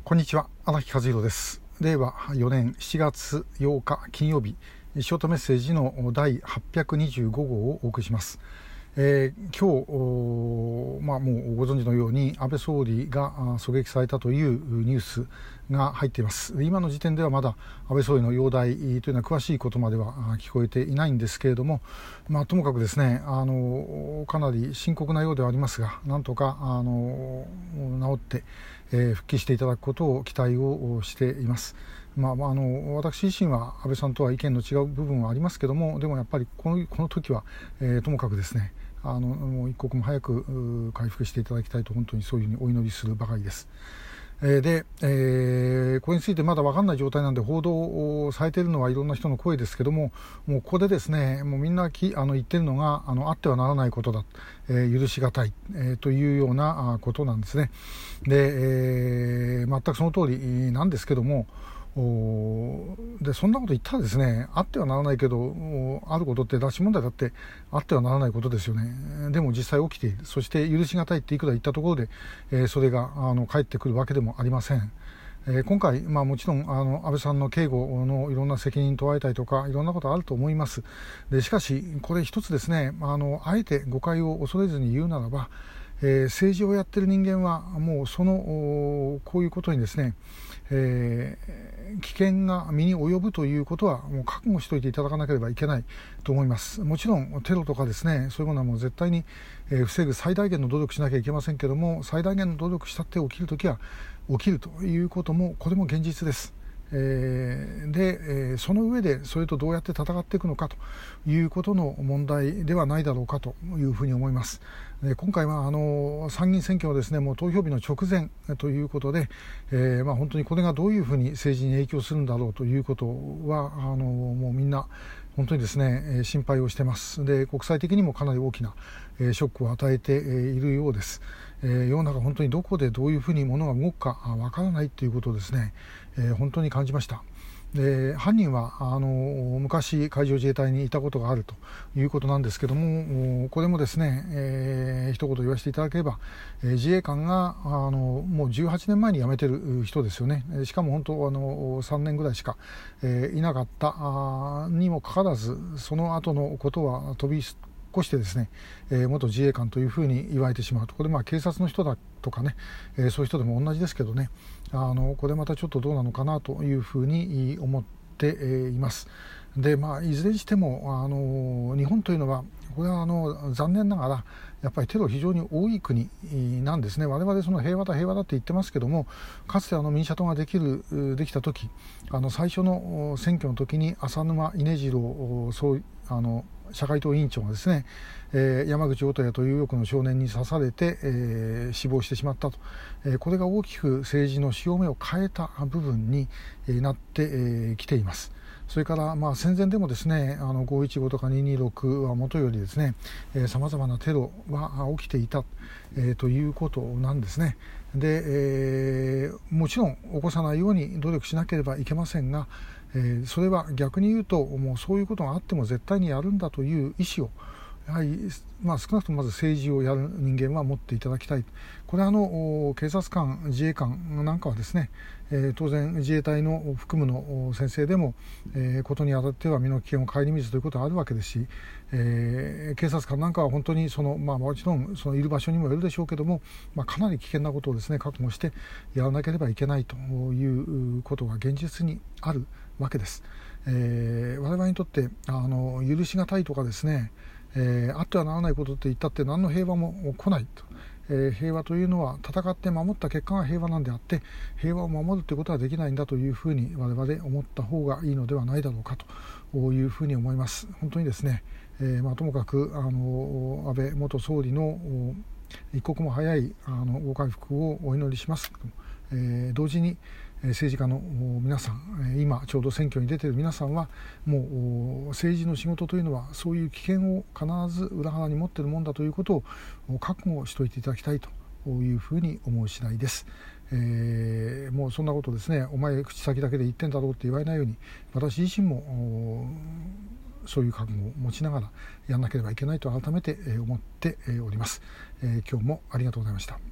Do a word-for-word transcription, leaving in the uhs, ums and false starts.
こんにちは、荒木和弘です。れいわよねんしちがつようか金曜日、ショートメッセージのだいはっぴゃくにじゅうごごうをお送りします。えー、今日、まあ、もうご存知のように安倍総理が狙撃されたというニュースが入っています。今の時点ではまだ安倍総理の容体というのは詳しいことまでは聞こえていないんですけれども、まあ、ともかくですね、あのかなり深刻なようではありますが、なんとかあの治って、えー、復帰していただくことを期待をしています。まあ、まあ、あの私自身は安倍さんとは意見の違う部分はありますけども、でもやっぱりこの、この時は、えー、ともかくですね、あのもう一刻も早く回復していただきたいと本当にそういうふうにお祈りするばかりです。えー、で、えー、これについてまだ分かんない状態なんで報道されているのはいろんな人の声ですけども、もうここでですね、もうみんなきあの言ってるのがあのあってはならないことだ、えー、許しがたい、えー、というようなことなんですね。で、えー、全くその通りなんですけども、でそんなこと言ったらですね、あってはならないけどあることって拉致問題だってあってはならないことですよね。でも実際起きている、そして許しがたいっていくら言ったところで、えー、それがあの返ってくるわけでもありません。えー、今回、まあ、もちろんあの安倍さんの警護のいろんな責任問われたりとかいろんなことあると思います。でしかしこれ一つですね、あのあえて誤解を恐れずに言うならば、えー、政治をやっている人間はもうそのこういうことにですね、えー、危険が身に及ぶということはもう覚悟しておいていただかなければいけないと思います。もちろんテロとかですね、そういうものはもう絶対に、えー、防ぐ最大限の努力しなきゃいけませんけども、最大限の努力したって起きるときは起きるということもこれも現実です。えー、で、えー、その上でそれとどうやって戦っていくのかということの問題ではないだろうかというふうに思います。で今回はあの参議院選挙のですね、もう投票日の直前ということで、えーまあ、本当にこれがどういうふうに政治に影響するんだろうということはあのもうみんな本当にですね心配をしています。で国際的にもかなり大きなショックを与えているようです。えー、世の中本当にどこでどういうふうに物が動くかわからないということをですね、えー、本当に感じました。で犯人はあの昔海上自衛隊にいたことがあるということなんですけども、これもですね、えー、一言言わせていただければ、えー、自衛官があのもうじゅうはちねんまえに辞めてる人ですよね。しかも本当あのさんねんぐらいしか、えー、いなかったにもかかわらず、その後のことは飛び越してですね、えー、元自衛官というふうに言われてしまうと、これまあ警察の人だとかね、えー、そういう人でも同じですけどね、あのこれまたちょっとどうなのかなというふうに思っています。で、まあ、いずれにしてもあの日本というのはこれはあの残念ながらやっぱりテロ非常に多い国なんですね。我々その平和だ平和だって言ってますけども、かつてあの民社党ができるできた時、あの最初の選挙の時に浅沼稲次郎そうあの社会党委員長がですね、えー、山口元也という右翼の少年に刺されて、えー、死亡してしまったと、えー、これが大きく政治の潮目を変えた部分になってき、えー、ています。それからまあ戦前でもですね、あのごいちごとかにひゃくにじゅうろくはもとよりですね、さまざまなテロは起きていた、えー、ということなんですね。で、えー、もちろん起こさないように努力しなければいけませんが、えー、それは逆に言うともうそういうことがあっても絶対にやるんだという意思をやはり、まあ、少なくともまず政治をやる人間は持っていただきたい。これはあの警察官自衛官なんかはですね、えー、当然自衛隊の副務の先生でも、えー、ことにあたっては身の危険を顧みずということがあるわけですし、えー、警察官なんかは本当にその、まあ、もちろんそのいる場所にもよるでしょうけども、まあ、かなり危険なことをですね覚悟してやらなければいけないということが現実にあるわけです。えー、我々にとってあの許しがたいとかですね、えー、あってはならないことって言ったって何の平和も来ないと、えー、平和というのは戦って守った結果が平和なんであって、平和を守るということはできないんだというふうに我々思った方がいいのではないだろうかというふうに思います。本当にですね、えーまあ、ともかくあの安倍元総理の一刻も早いあのご回復をお祈りします。えー、同時に政治家の皆さん、今ちょうど選挙に出ている皆さんはもう政治の仕事というのはそういう危険を必ず裏腹に持っているもんだということを覚悟しておいていただきたいというふうに思う次第です。えー、もうそんなことですね、お前口先だけで言ってんだろうって言われないように、私自身もそういう覚悟を持ちながらやらなければいけないと改めて思っております。えー、今日もありがとうございました。